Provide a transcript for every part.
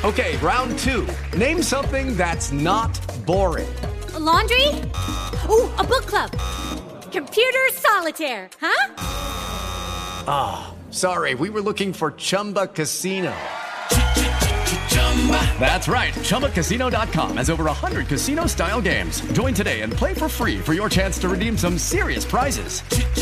Okay, round two. Name something that's not boring. A laundry? Ooh, a book club. Computer solitaire, huh? Ah, sorry, we were looking for Chumba Casino. That's right, ChumbaCasino.com has over 100 casino-style games. Join today and play for free for your chance to redeem some serious prizes.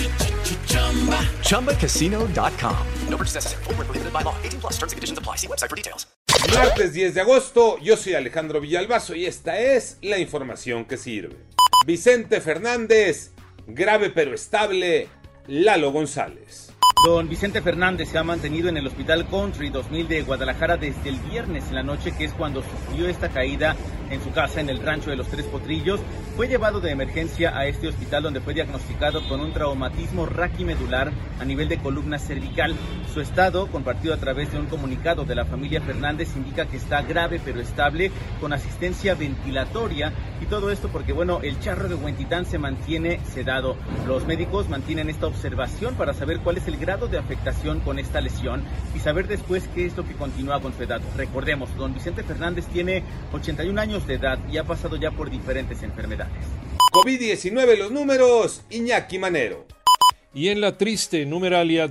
ChumbaCasino.com. No purchase necessary. Void where prohibited by law. 18+ terms and conditions apply. See website for details. Martes 10 de agosto, yo soy Alejandro Villalbazo y esta es la información que sirve. Vicente Fernández, grave pero estable, Lalo González. Don Vicente Fernández se ha mantenido en el Hospital Country 2000 de Guadalajara desde el viernes en la noche, que es cuando sufrió esta caída en su casa en el rancho de los Tres Potrillos. Fue llevado de emergencia a este hospital donde fue diagnosticado con un traumatismo raquimedular a nivel de columna cervical. Su estado, compartido a través de un comunicado de la familia Fernández, indica que está grave pero estable, con asistencia ventilatoria, y todo esto porque, el charro de Huentitán se mantiene sedado. Los médicos mantienen esta observación para saber cuál es el grado de afectación con esta lesión y saber después qué es lo que continúa con su edad. Recordemos, don Vicente Fernández tiene 81 años de edad y ha pasado ya por diferentes enfermedades. COVID-19, los números, Iñaki Manero. Y en la triste numeralia,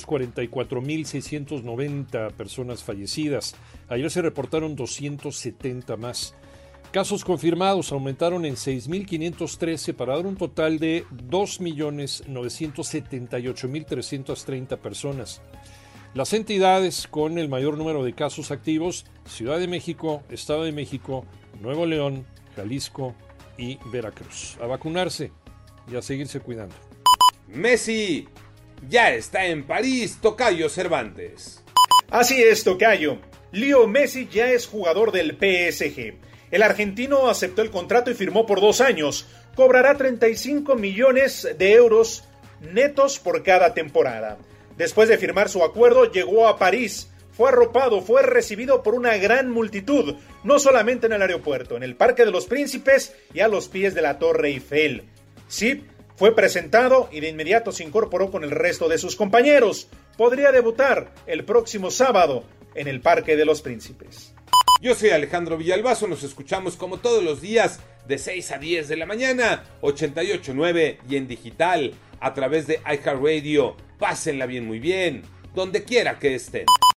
244.690 personas fallecidas. Ayer se reportaron 270 más. Casos confirmados aumentaron en 6.513 para dar un total de 2.978.330 personas. Las entidades con el mayor número de casos activos: Ciudad de México, Estado de México, Nuevo León, Jalisco y Veracruz. A vacunarse y a seguirse cuidando. Messi ya está en París, Tocayo Cervantes. Así es, Tocayo. Leo Messi ya es jugador del PSG. El argentino aceptó el contrato y firmó por 2 años. Cobrará 35 millones de euros netos por cada temporada. Después de firmar su acuerdo, llegó a París. Fue arropado, fue recibido por una gran multitud, no solamente en el aeropuerto, en el Parque de los Príncipes y a los pies de la Torre Eiffel. Sí, fue presentado y de inmediato se incorporó con el resto de sus compañeros. Podría debutar el próximo sábado en el Parque de los Príncipes. Yo soy Alejandro Villalbazo, nos escuchamos como todos los días de 6 a 10 de la mañana, 88.9 y en digital a través de iHeartRadio. Pásenla bien, muy bien, donde quiera que estén.